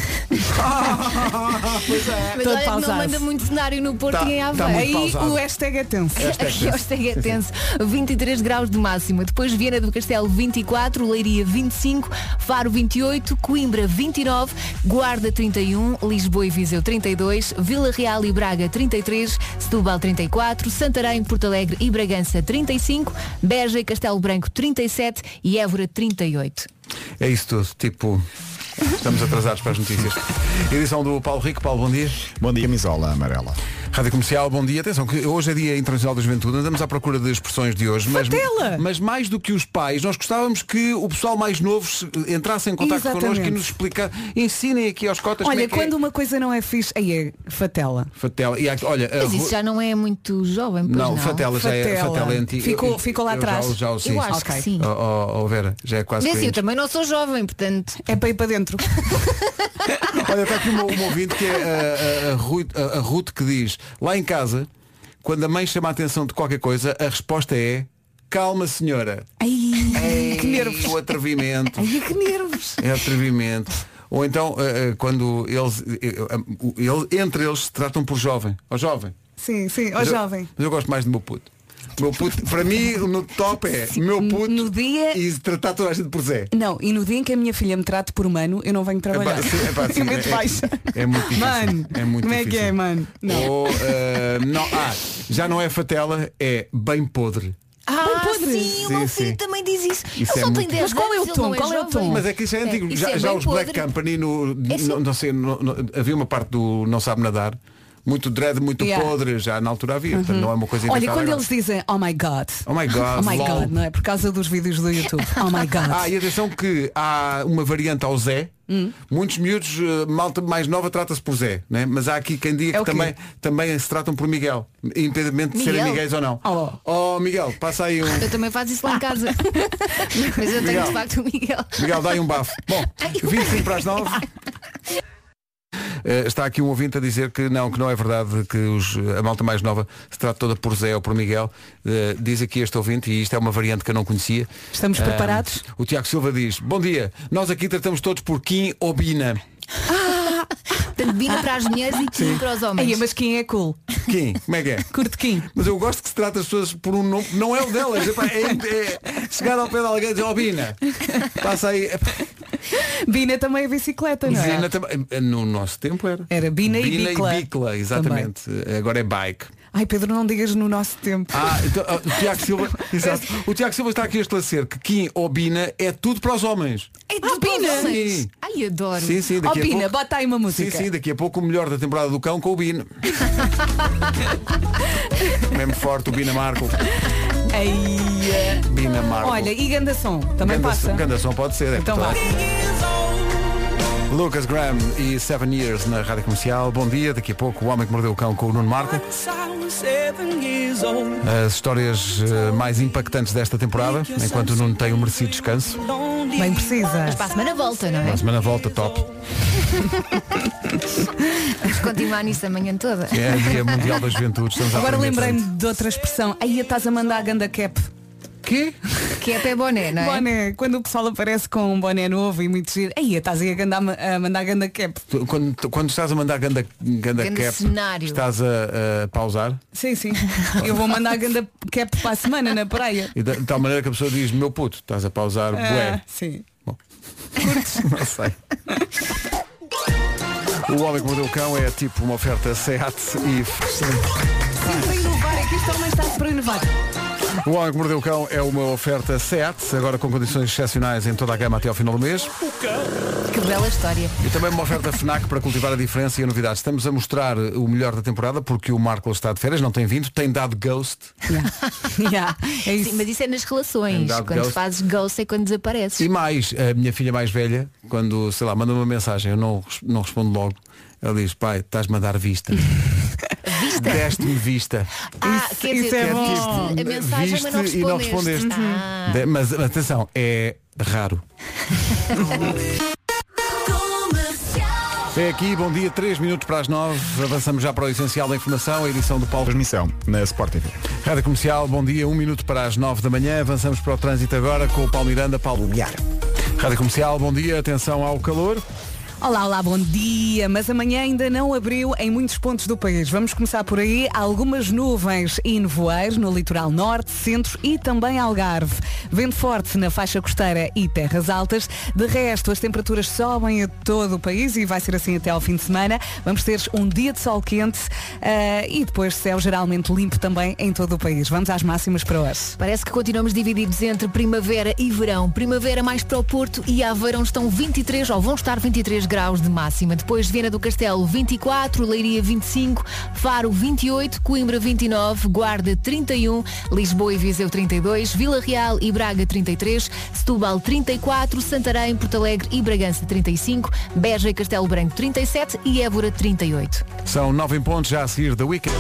Pois é. Mas Todo olha que não pausado. manda muito cenário no Porto Tá- e em tá Aveiro. muito Aí pausado. o hashtag é tenso. Aqui hoje é tenso. vinte e três graus de máxima. Depois Viana do Castelo vinte e quatro, Leiria vinte e cinco, Faro vinte e oito, Coimbra vinte e nove, Guarda trinta e um, Lisboa e Viseu trinta e dois, Vila Real e Braga trinta e três, Setúbal trinta e quatro, Santarém, Porto Alegre e Bragança trinta e cinco, Beja e Castelo Branco trinta e sete e Évora trinta e oito. É isso tudo. Tipo, estamos atrasados para as notícias. Edição do Paulo Rico. Paulo, bom dia. Bom dia, camisola amarela. Rádio Comercial, bom dia. Atenção, que hoje é Dia Internacional da Juventude. Andamos à procura de expressões de hoje. Mas, Fatela! mas mais do que os pais, nós gostávamos que o pessoal mais novo se- entrasse em contato Exatamente. connosco e nos explicar. Ensinem aqui aos cotas como Olha, é que quando é. uma coisa não é fixe, aí é fatela. Fatela. E há- olha, a Mas Ru- isso já não é muito jovem, pois não, não. Fatela já é, Fatela. Fatela é antiga. Ficou- Eu- ficou lá eu atrás? Já, já, o- sim. Eu acho Ok. que sim. Oh, oh, oh, Vera, já é quase Mas assim, eu cringe. também não sou jovem, portanto. É para ir para dentro. Olha, está aqui uma, uma ouvinte que é a, a, a, Ruth, a, a Ruth que diz, lá em casa, quando a mãe chama a atenção de qualquer coisa, a resposta é calma senhora. Ai, Ei, que nervos. O atrevimento. Ai, que nervos. É atrevimento. Ou então, eh, eh, quando eles, eh, eh, ele- entre eles se tratam por jovem. Ó jovem. Sim, sim, ó Mas eu- jovem. Mas eu gosto mais do meu puto. Meu puto, para mim, no top é meu puto No dia. e tratar toda a gente por Zé. Não, e no dia em que a minha filha me trate por mano, eu não venho trabalhar. É pá, sim, é pá, sim, eu meto é- baixa. é muito difícil. Mano, É muito como é que difícil. é, mano? Não. Ou, eh, não, ah, já não é fatela, é bem podre. Ah, podre. sim, o meu Sim, filho sim. também diz isso. Isso ele é só muito- tem dez Mas qual é o anos, ele tom? não Qual é o jovem. tom? Mas é que isso é antigo. Isso já é já bem os Black podre. Company, no, É sim. no- não sei, no- no- havia uma parte do Não Sabe Nadar, muito dread, muito Yeah. podre, já na altura havia. Portanto, não é uma coisa Olha, inventada quando agora. eles dizem oh my god. Oh my God. Oh my lol. god, não é? Por causa dos vídeos do YouTube. Oh my god. Ah, e atenção que há uma variante ao Zé. Hum. Muitos miúdos, eh, malta mais nova trata-se por Zé, né? Mas há aqui quem diga É o que quê? também, também se tratam por Miguel, independentemente de serem Miguel? Miguéis ou não. Oh. Oh, Miguel, passa aí um. Eu também faço isso lá em casa. Mas eu tenho Miguel. de facto o Miguel. Miguel, dá aí um bafo. Bom, vinte e cinco para as nove. Eh, está aqui um ouvinte a dizer que não, que não é verdade que os, a malta mais nova se trata toda por Zé ou por Miguel. Eh, diz aqui este ouvinte, e isto é uma variante que eu não conhecia. Estamos Eh, preparados? O Tiago Silva diz, bom dia, nós aqui tratamos todos por Kim ou Bina. Portanto, Bina para as mulheres e Kim para os homens. Aí, mas quem é cool? Kim, como é que é? Curte Kim. Mas eu gosto que se trata as pessoas por um nome, não é o delas. Epá, É, é chegar ao pé de alguém e dizer, ó Bina, passa aí. Epá, Bina também é bicicleta, não é? Bina também- no nosso tempo era. Era Bina, Bina e Bicla. e Bicla, exatamente. Agora é bike. Ai, Pedro, não digas no nosso tempo. Ah, então, ah, o Tiago Silva, exato. O Tiago Silva está aqui a esclarecer que Kim ou Bina é tudo para os homens. É Ah, tudo para os Bina. homens. Sim. Ai, adoro. Sim, sim, Ó daqui a Bina, pouco. bota aí uma Sim, música. sim, daqui a pouco o melhor da temporada do cão com o Bina. Mesmo forte o Bina Marco. Ai, é. Bina Marco. Olha, e Gandação, também passa. Gandação pode ser. É Então toda- vá. Lucas Graham e Seven Years na Rádio Comercial. Bom dia, daqui a pouco o Homem que Mordeu o Cão com o Nuno Marco. As histórias eh, mais impactantes desta temporada, enquanto o Nuno tem um merecido descanso. Bem precisa. Mas para a semana volta, não é? A semana volta top. Vamos continuar nisso a manhã toda. É Dia Mundial da Juventude. Estamos a Agora aprender lembrei-me tanto. de outra expressão. Aí estás a mandar a ganda cap. Quê? Que é pé boné, não é? Boné. Quando o pessoal aparece com um boné novo e muito giro. Aí estás aí a, ganda, a mandar a ganda cap. Tu, Quando, tu- quando estás a mandar ganda, ganda Ganda cap, cenário. estás a, a pausar Sim, sim. Eu vou mandar a ganda cap para a semana na praia. e de, de tal maneira que a pessoa diz, meu puto, estás a pausar, Ah, bué. sim. Não sei. O Homem que Mordeu o Cão é tipo uma oferta SEAT e... Sim, para inovar, é que este homem está para inovar. O Homem que Mordeu o Cão é uma oferta SEAT, agora com condições excepcionais em toda a gama até ao final do mês. Que bela história. E também uma oferta FNAC para cultivar a diferença e a novidade. Estamos a mostrar o melhor da temporada porque o Marco está de férias, não tem vindo, tem dado ghost. Yeah. Yeah, é isso. Sim, mas isso é nas relações. Quando ghost. fazes ghost é quando desapareces. E mais, a minha filha mais velha, quando, sei lá, manda uma mensagem, eu não, não respondo logo. Ela diz, pai, estás-me a dar vista. Vista? Deste-me vista. Ah, Isso- quer isso dizer, é bom. viste a mensagem, Viste mas não respondeste. e não respondeste. Ah. De- Mas atenção, é raro. É aqui, bom dia, três minutos para as nove. Avançamos já para o essencial da informação, a edição do Paulo. Transmissão na Sport T V. Rádio Comercial, bom dia, um minuto para as nove da manhã. Avançamos para o trânsito agora com o Paulo Miranda, Paulo Lumiar. Rádio Comercial, bom dia, atenção ao calor. Olá, olá, bom dia. Mas amanhã ainda não abriu em muitos pontos do país. Vamos começar por aí. Há algumas nuvens e nevoeiros no litoral norte, centro e também Algarve. Vento forte na faixa costeira e terras altas. De resto, as temperaturas sobem a todo o país e vai ser assim até ao fim de semana. Vamos ter um dia de sol quente uh, e depois céu geralmente limpo também em todo o país. Vamos às máximas para hoje. Parece que continuamos divididos entre primavera e verão. Primavera mais para o Porto e Aveiro onde estão vinte e três ou vão estar vinte e três graus de máxima. Depois Viana do Castelo vinte e quatro, Leiria vinte e cinco, Faro vinte e oito, Coimbra vinte e nove, Guarda trinta e um, Lisboa e Viseu trinta e dois, Vila Real e Braga trinta e três, Setúbal trinta e quatro, Santarém, Porto Alegre e Bragança trinta e cinco, Beja e Castelo Branco trinta e sete e Évora trinta e oito. São nove em pontos, já a seguir da Weekend.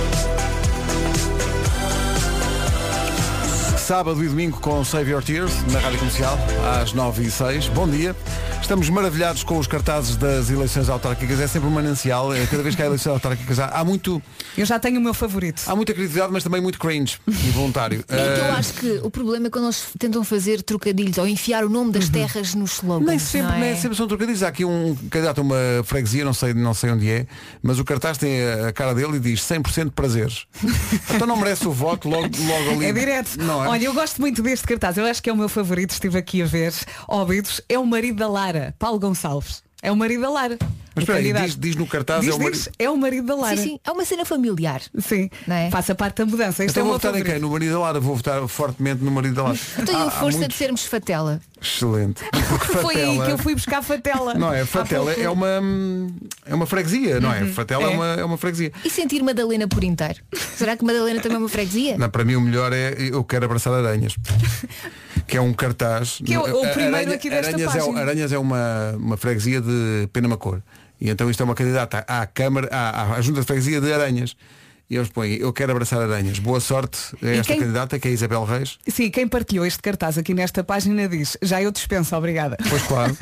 Sábado e domingo com Save Your Tears na Rádio Comercial, às nove e seis. Bom dia. Estamos maravilhados com os cartazes das eleições autárquicas. É sempre um manancial. Cada vez que há eleições autárquicas há, há muito... Eu já tenho o meu favorito. Há muita criatividade, mas também muito cringe e voluntário. É que eu Uh, acho que o problema é quando eles tentam fazer trocadilhos ou enfiar o nome das terras nos slogans. Nem sempre, não é? nem sempre são trocadilhos. Há aqui um candidato a uma freguesia, não sei, não sei onde é, mas o cartaz tem a cara dele e diz cem por cento prazeres. Então não merece o voto logo, logo ali. É direto. Não é? Olha, eu gosto muito deste cartaz. Eu acho que é o meu favorito. Estive aqui a ver. Óbidos. É o marido da Lara, Paulo Gonçalves. É o marido da Lara. Mas O espera aí, candidato. diz, diz no cartaz Diz, é o marido. diz, é o marido da Lara. Sim, sim, é uma cena familiar. Sim. Não é? Faça parte da mudança. Este Então é o vou meu votar em favorito. quem? No marido da Lara. Vou votar fortemente no marido da Lara. Então Há- a há força muitos- de sermos fatela. Excelente. Porque Foi aí Fatela- que eu fui buscar Fatela. Não é? Fatela Há pouco. é uma, é uma freguesia, não é? Uhum. Fatela é. É. uma, é uma freguesia. E sentir Madalena por inteiro. Será que Madalena também é uma freguesia? Não, para mim o melhor é Eu Quero Abraçar Aranhas. Que é um cartaz. Que é o- o primeiro aqui desta Aranhas, é, página. Aranhas é uma, uma freguesia de Penamacor. E então isto é uma candidata à Câmara, à, à Junta de Freguesia de Aranhas. E eles põem Eu Quero Abraçar Aranhas. Boa sorte a E esta quem- candidata, que é a Isabel Reis. Sim, quem partilhou este cartaz aqui nesta página diz já eu dispenso, obrigada. Pois claro.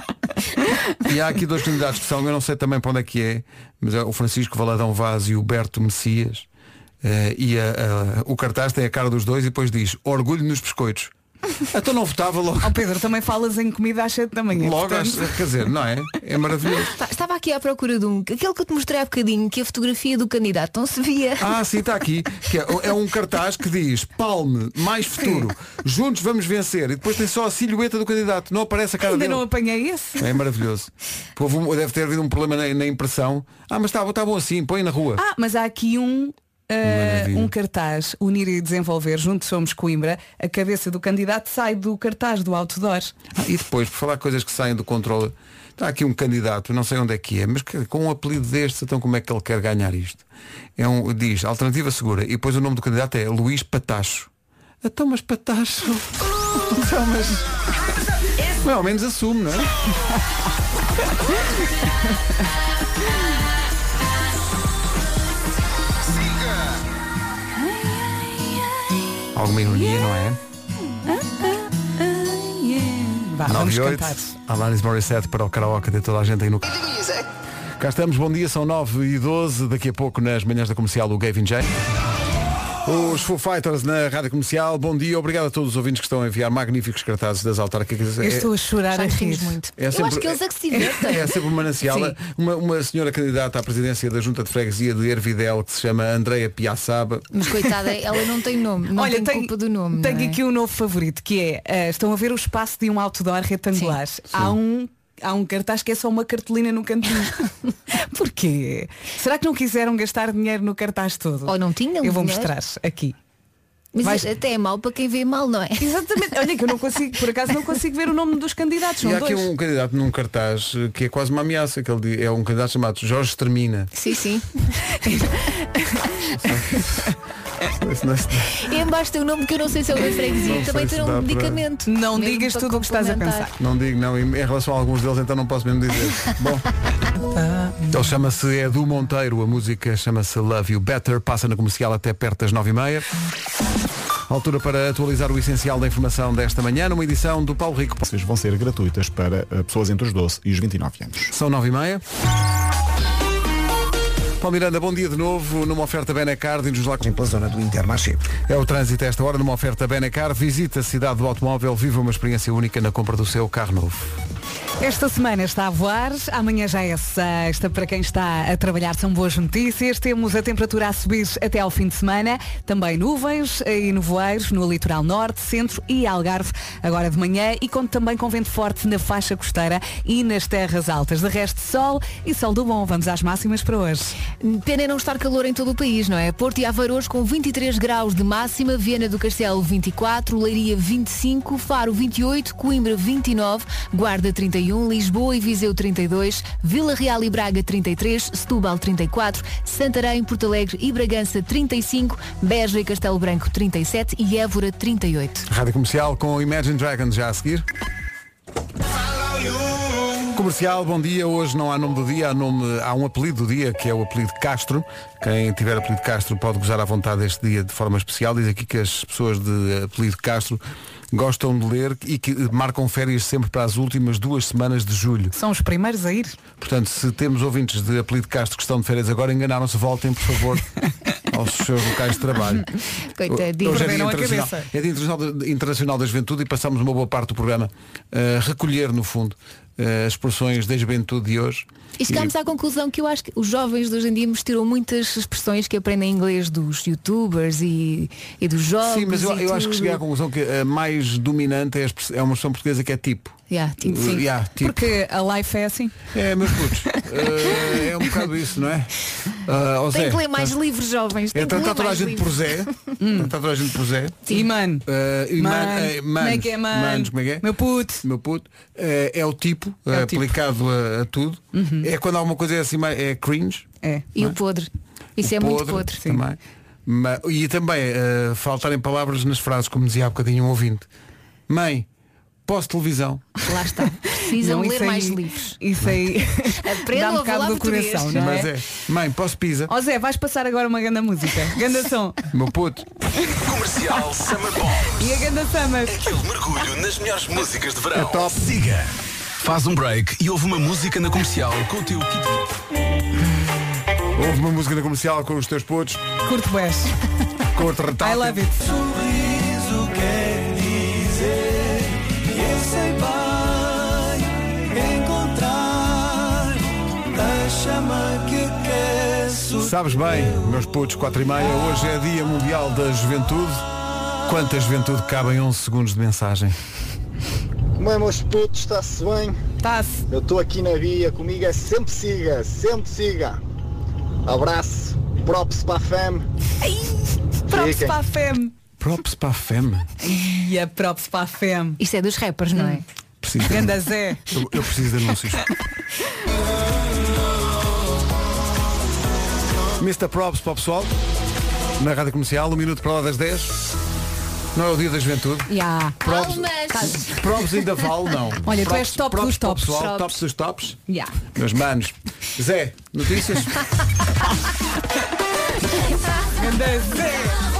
E há aqui dois candidatos que são, eu não sei também para onde é que é, mas é o Francisco Valadão Vaz e o Berto Messias. Eh, e a- a- o cartaz tem a cara dos dois e depois diz Orgulho nos biscoitos. Então não votava logo. Ó Pedro, também falas em comida às sete da manhã. Logo, portanto- às- quer dizer, não é? É maravilhoso. Tá, Estava aqui à procura de um. Aquele que eu te mostrei há bocadinho, que a fotografia do candidato não se via. Ah, sim, está aqui. Que é, é um cartaz que diz Palme, mais futuro, juntos vamos vencer. E depois tem só a silhueta do candidato. Não aparece a cara Ainda dele. não apanhei esse. É maravilhoso. Houve um- deve ter havido um problema na, na impressão. Ah, mas está tá bom assim, põe na rua. Ah, mas há aqui um uh, Maravilha. um cartaz, Unir e Desenvolver, Juntos Somos Coimbra. A cabeça do candidato sai do cartaz do outdoor. Ah, e depois, por falar coisas que saem do controle, está aqui um candidato, não sei onde é que é, mas que, com um apelido deste, então como é que ele quer ganhar isto? É um, diz, alternativa segura, e depois o nome do candidato é Luís Patacho. Então, mas Patacho. Então, mas. Mas ao menos assume, não é? Alguma ironia, não é? Vá, nove vamos e oito, cantar. Alanis Morissette para o karaoke de toda a gente aí no... Cá estamos, bom dia, são nove e doze, daqui a pouco nas manhãs da comercial o Gavin J. Os Foo Fighters na Rádio Comercial, bom dia, obrigado a todos os ouvintes que estão a enviar magníficos cartazes das autárquicas. Eu estou a chorar a rir. muito. É Eu sempre- acho que eles é que se divertem. É sempre uma manancial. Sim. Uma, uma senhora candidata à presidência da Junta de Freguesia de Ervidel, que se chama Andreia Piaçaba. Mas coitada, ela não tem nome. Não Olha, tem tenho, culpa do nome. tenho não é? aqui um novo favorito, que é, eh, estão a ver o espaço de um outdoor retangular. Há um há um cartaz que é só uma cartolina no cantinho. Porquê? Será que não quiseram gastar dinheiro no cartaz todo? Ou não tinham Eu vou dinheiro? mostrar aqui. Mas Vais- até é mau para quem vê mal, não é? Exatamente. Olha que eu não consigo, por acaso não consigo ver o nome dos candidatos. São E há aqui dois. um candidato num cartaz eh, que é quase uma ameaça, que ele diz- é um candidato chamado Jorge Extermina. Sim, sim. Esse não é- E embaixo tem um nome que eu não sei se é o da freguesia. Não Também sei tem se um dá para- medicamento. Não Mesmo digas para tudo o que estás a complementar. pensar. Não digo, não. Em em relação a alguns deles, então não posso mesmo dizer. Bom, ele chama-se Edu Monteiro, a música chama-se Love You Better, passa na comercial até perto das nove e meia. Altura para atualizar o essencial da informação desta manhã, numa edição do Paulo Rico. Vocês vão ser gratuitas para uh, pessoas entre os doze e os vinte e nove anos. São nove e meia. Paulo Miranda, bom dia de novo, numa oferta Benacar, diz-nos lá pela zona do Intermarché. É o trânsito a esta hora, numa oferta Benacar. Visita a cidade do automóvel, viva uma experiência única na compra do seu carro novo. Esta semana está a voar, amanhã já é sexta. Para quem está a trabalhar são boas notícias. Temos a temperatura a subir até ao fim de semana. Também nuvens e nevoeiros no litoral norte, centro e Algarve agora de manhã. E conto também com vento forte na faixa costeira e nas terras altas. De resto, sol e sol do bom. Vamos às máximas para hoje. Pena é não estar calor em todo o país, não é? Porto e Aveiro hoje com vinte e três graus de máxima, Viana do Castelo vinte e quatro, Leiria vinte e cinco, Faro vinte e oito, Coimbra vinte e nove, Guarda trinta e um, Lisboa e Viseu trinta e dois, Vila Real e Braga trinta e três, Setúbal trinta e quatro, Santarém, Porto Alegre e Bragança trinta e cinco, Beja e Castelo Branco trinta e sete e Évora trinta e oito. Rádio Comercial com Imagine Dragons já a seguir. Comercial, bom dia. Hoje não há nome do dia, há, nome, há um apelido do dia, que é o apelido Castro. Quem tiver apelido Castro pode gozar à vontade este dia de forma especial. Diz aqui que as pessoas de apelido Castro gostam de ler e que marcam férias sempre para as últimas duas semanas de julho. São os primeiros a ir. Portanto, se temos ouvintes de apelido Castro que estão de férias agora, enganaram-se, voltem, por favor, aos seus locais de trabalho. Coitadinho. Hoje é dia Perderam a internacional, cabeça. é dia internacional, internacional da Juventude e passamos uma boa parte do programa a recolher, no fundo, as expressões da juventude de hoje. E chegámos à conclusão que eu acho que os jovens de hoje em dia misturam muitas expressões que aprendem inglês dos youtubers e, e dos jogos. Sim, mas eu, e eu acho que tudo. cheguei à conclusão que a mais dominante é, a express- é uma expressão portuguesa que é tipo. Yeah, tipo, Uh, yeah, tipo. Porque a life é assim. É, meus putos. Uh, é um bocado isso, não é? Uh, ó Tem Zé, que ler mais tá- livros, jovens. Tem É, que está ler toda a mais gente por livros. Zé. Está toda a gente por Zé. E mano. Uh, e Mano, man- eh, como é manos, que é, mano? manos, como é que é? Meu puto. Meu puto. Eh, é o tipo, É o eh, tipo. aplicado a, a tudo. É quando alguma coisa é assim, mais- é cringe. É. E o podre. Isso é muito podre. Também. Ma- e também eh, faltarem palavras nas frases, como dizia há bocadinho um ouvinte. Mãe, posso televisão? Lá está. Precisam Não, ler isso aí- mais livros. Isso aí Aprendam dá um a falar bocado do português. coração, não é? Mas é, mãe, posso pizza? Ó Zé, vais passar agora uma ganda música. Ganda som. Meu puto. Comercial Summer Bombs. E a ganda summer. Aquele mergulho nas melhores músicas de verão. É top. Siga. Faz um break e ouve uma música na comercial com o teu kit. Houve uma música na comercial com os teus putos, Curto bes. com o retrátil. I love it. Sorriso quer dizer que esse vai encontrar a chama que quer subir. Sabes bem, meus putos, quatro e meia, hoje é Dia Mundial da Juventude. Quanta juventude cabe em onze segundos de mensagem? Como é, meus putos, está-se bem? Está-se. Eu estou aqui na via, comigo é sempre siga, sempre siga. Abraço, props para a fam. Props Fiquem. para a fem. Props para a fem. E a props para a fem. Isto é dos rappers, não é? Preciso. Ganda Zé. Eu, eu preciso de anúncios. mister Props para o pessoal. Na Rádio Comercial, um minuto para lá das dez. Não é o Dia da Juventude. Yeah. Props, Palmas. props ainda vale, não. Olha, tu props, és top props dos para o tops. pessoal, Props. tops dos tops. Yeah. Meus manos. Zé, notícias? Ganda Zé.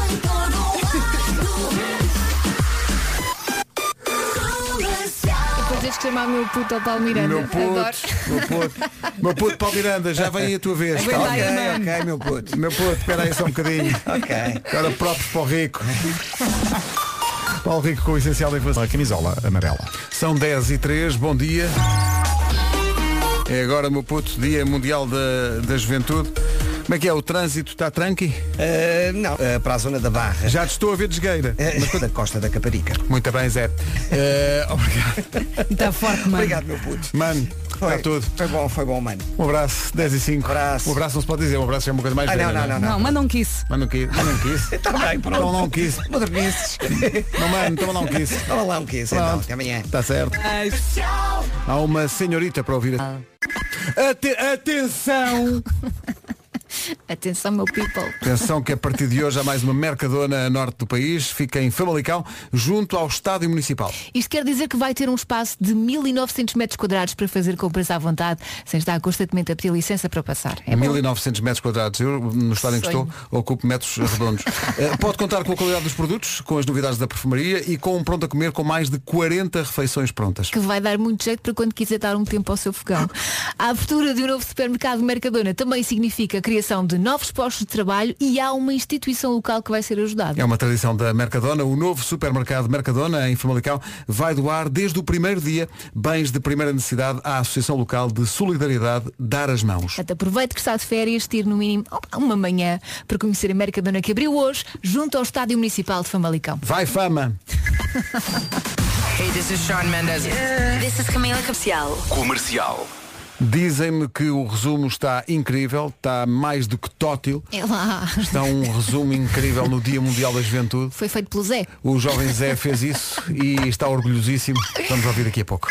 Depois tens que chamar meu puto ao Paulo Miranda. Meu Adoro. puto, meu puto, meu puto Paulo Miranda, já vem aí a tua vez. Aguenta Tá? aí, Ok, mano. ok, meu puto. Meu puto, espera aí só um bocadinho. Ok. Agora próprios para o Rico. Paulo Rico com o essencial da informação. A camisola amarela. São dez e três, bom dia. É agora, meu puto, Dia Mundial da, da Juventude. Como é que é? O trânsito está tranqui? Uh, não, uh, para a zona da Barra. Já te estou a ver de esgueira. Uh, da Costa da Caparica. Muito bem, Zé. Uh, obrigado. Está forte, mano. Obrigado, meu puto. Mano, está tudo. Foi bom, foi bom, mano. Um abraço, dez e cinco. Um abraço. Um abraço não se pode dizer, um abraço é uma coisa mais ah, velha. não, não, não, não. Não, manda um kiss. Manda um kiss. Manda um kiss. Está bem, pronto. Toma lá um kiss. Modernices. Não, mano, toma lá um kiss. Toma lá um kiss, então. Até amanhã. Está certo. Ai. Há uma senhorita para ouvir. Ate- atenção! Atenção, meu people. Atenção que a partir de hoje há mais uma Mercadona a norte do país. Fica em Famalicão, junto ao Estádio Municipal. Isto quer dizer que vai ter um espaço de mil e novecentos metros quadrados para fazer compras à vontade, sem estar constantemente a pedir licença para passar. É mil e novecentos metros quadrados. Eu, no estádio em que Sonho. estou, ocupo metros redondos. Uh, pode contar com a qualidade dos produtos, com as novidades da perfumaria e com um pronto a comer com mais de quarenta refeições prontas. Que vai dar muito jeito para quando quiser dar um tempo ao seu fogão. A abertura de um novo supermercado Mercadona também significa a criação de novos postos de trabalho e há uma instituição local que vai ser ajudada. É uma tradição da Mercadona. O novo supermercado Mercadona, em Famalicão, vai doar desde o primeiro dia bens de primeira necessidade à Associação Local de Solidariedade Dar as Mãos. Portanto, aproveite que está de férias, tire no mínimo uma manhã para conhecer a Mercadona que abriu hoje junto ao Estádio Municipal de Famalicão. Vai fama! Hey, this is Shawn Mendes. Yeah. This is Camila Cabecial. Comercial. Dizem-me que o resumo está incrível, está mais do que tótil. É lá. Está um resumo incrível no Dia Mundial da Juventude. Foi feito pelo Zé. O jovem Zé fez isso e está orgulhosíssimo. Vamos ouvir daqui a pouco.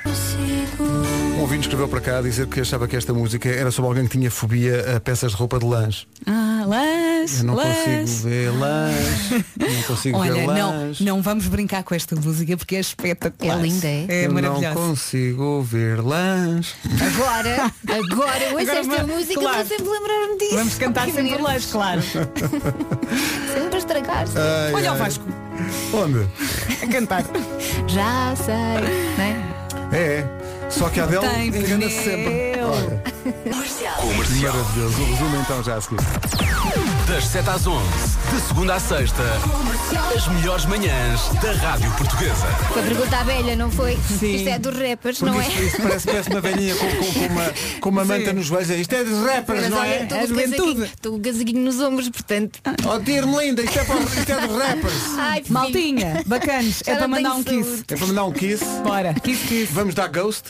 Um ouvinte escreveu para cá a dizer que achava que esta música era sobre alguém que tinha fobia a peças de roupa de lãs. Ah, lãs, Eu não lãs. consigo ver lãs. Não consigo Olha, ver não, lãs. não vamos brincar com esta música porque é espetacular. É linda, é? É Eu maravilhosa. não consigo ver lãs. Agora, agora eu ouço Agora esta vamos- música claro. vou sempre lembrar-me disso. Vamos cantar Que sempre nervos. lãs, claro. Sempre a estragar-se. Ai, Olha ai. o Vasco Onde? a cantar. Já sei, não é? É, só que a Adele Tem engana-se pneu. sempre. Olha, Comercial. maravilhoso. O resumo então já a seguir. Das sete às onze, de segunda à sexta, as melhores manhãs da Rádio Portuguesa. Foi pergunta à velha, não foi? Sim. Isto é dos rappers, Porque não é? isto, isto parece, parece uma velhinha com, com- com uma, com uma manta nos joelhos. Isto é dos rappers, Mas não olha, é? estou É com o juventude. casaquinho- estou com o casaquinho nos ombros, portanto. Oh, tia Ermelinda, isto é, para, isto é dos rappers. Ai, filho. Maltinha, bacanas, Já é para não mandar tenho um kiss. saúde. É para mandar um kiss. Bora, kiss, kiss. Vamos dar ghost.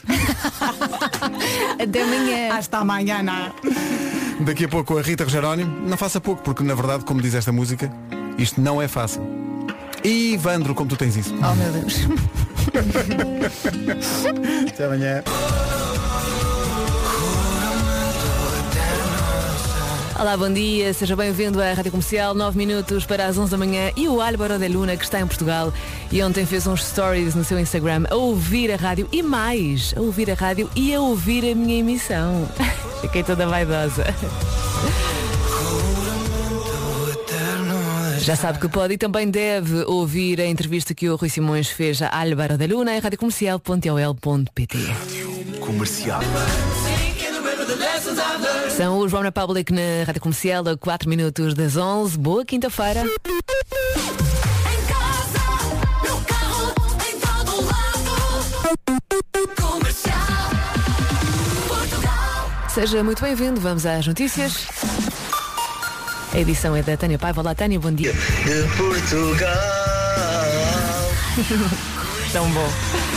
Até amanhã. Hasta amanhã. Daqui a pouco a Rita Rogerónimo. Não faça pouco, porque na verdade, como diz esta música, isto não é fácil. E Ivandro, como tu tens isso. Oh meu Deus. Até amanhã. Olá, bom dia, seja bem-vindo à Rádio Comercial, nove minutos para as onze da manhã e o Álvaro de Luna, que está em Portugal e ontem fez uns stories no seu Instagram a ouvir a rádio e mais, a ouvir a rádio e a ouvir a minha emissão. Fiquei toda vaidosa. Já sabe que pode e também deve ouvir a entrevista que o Rui Simões fez a Álvaro de Luna em rádio comercial ponto ol ponto pt. Comercial. São os One Republic na Rádio Comercial a quatro minutos das onze. Boa quinta-feira. Seja muito bem-vindo. Vamos às notícias. A edição é da Tânia Paiva. Olá, Tânia, bom dia. De Portugal. Tão bom.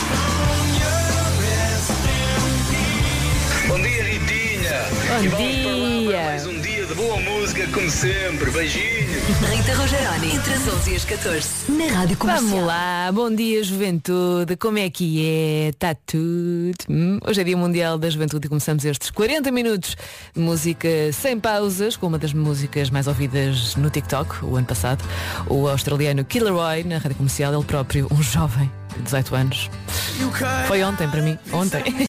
Bom dia, Ritinha. Bom e vamos para lá dia. para mais um dia de boa música, como sempre. Beijinhos. Rita Rogeroni, entre as onze e as catorze, na Rádio Comercial. Vamos lá, bom dia juventude, como é que é? Está tudo? Hum? Hoje é Dia Mundial da Juventude e começamos estes quarenta minutos de música sem pausas, com uma das músicas mais ouvidas no TikTok, o ano passado, o australiano Killer Roy, na Rádio Comercial, ele próprio, um jovem de dezoito anos. Foi ontem para mim, ontem.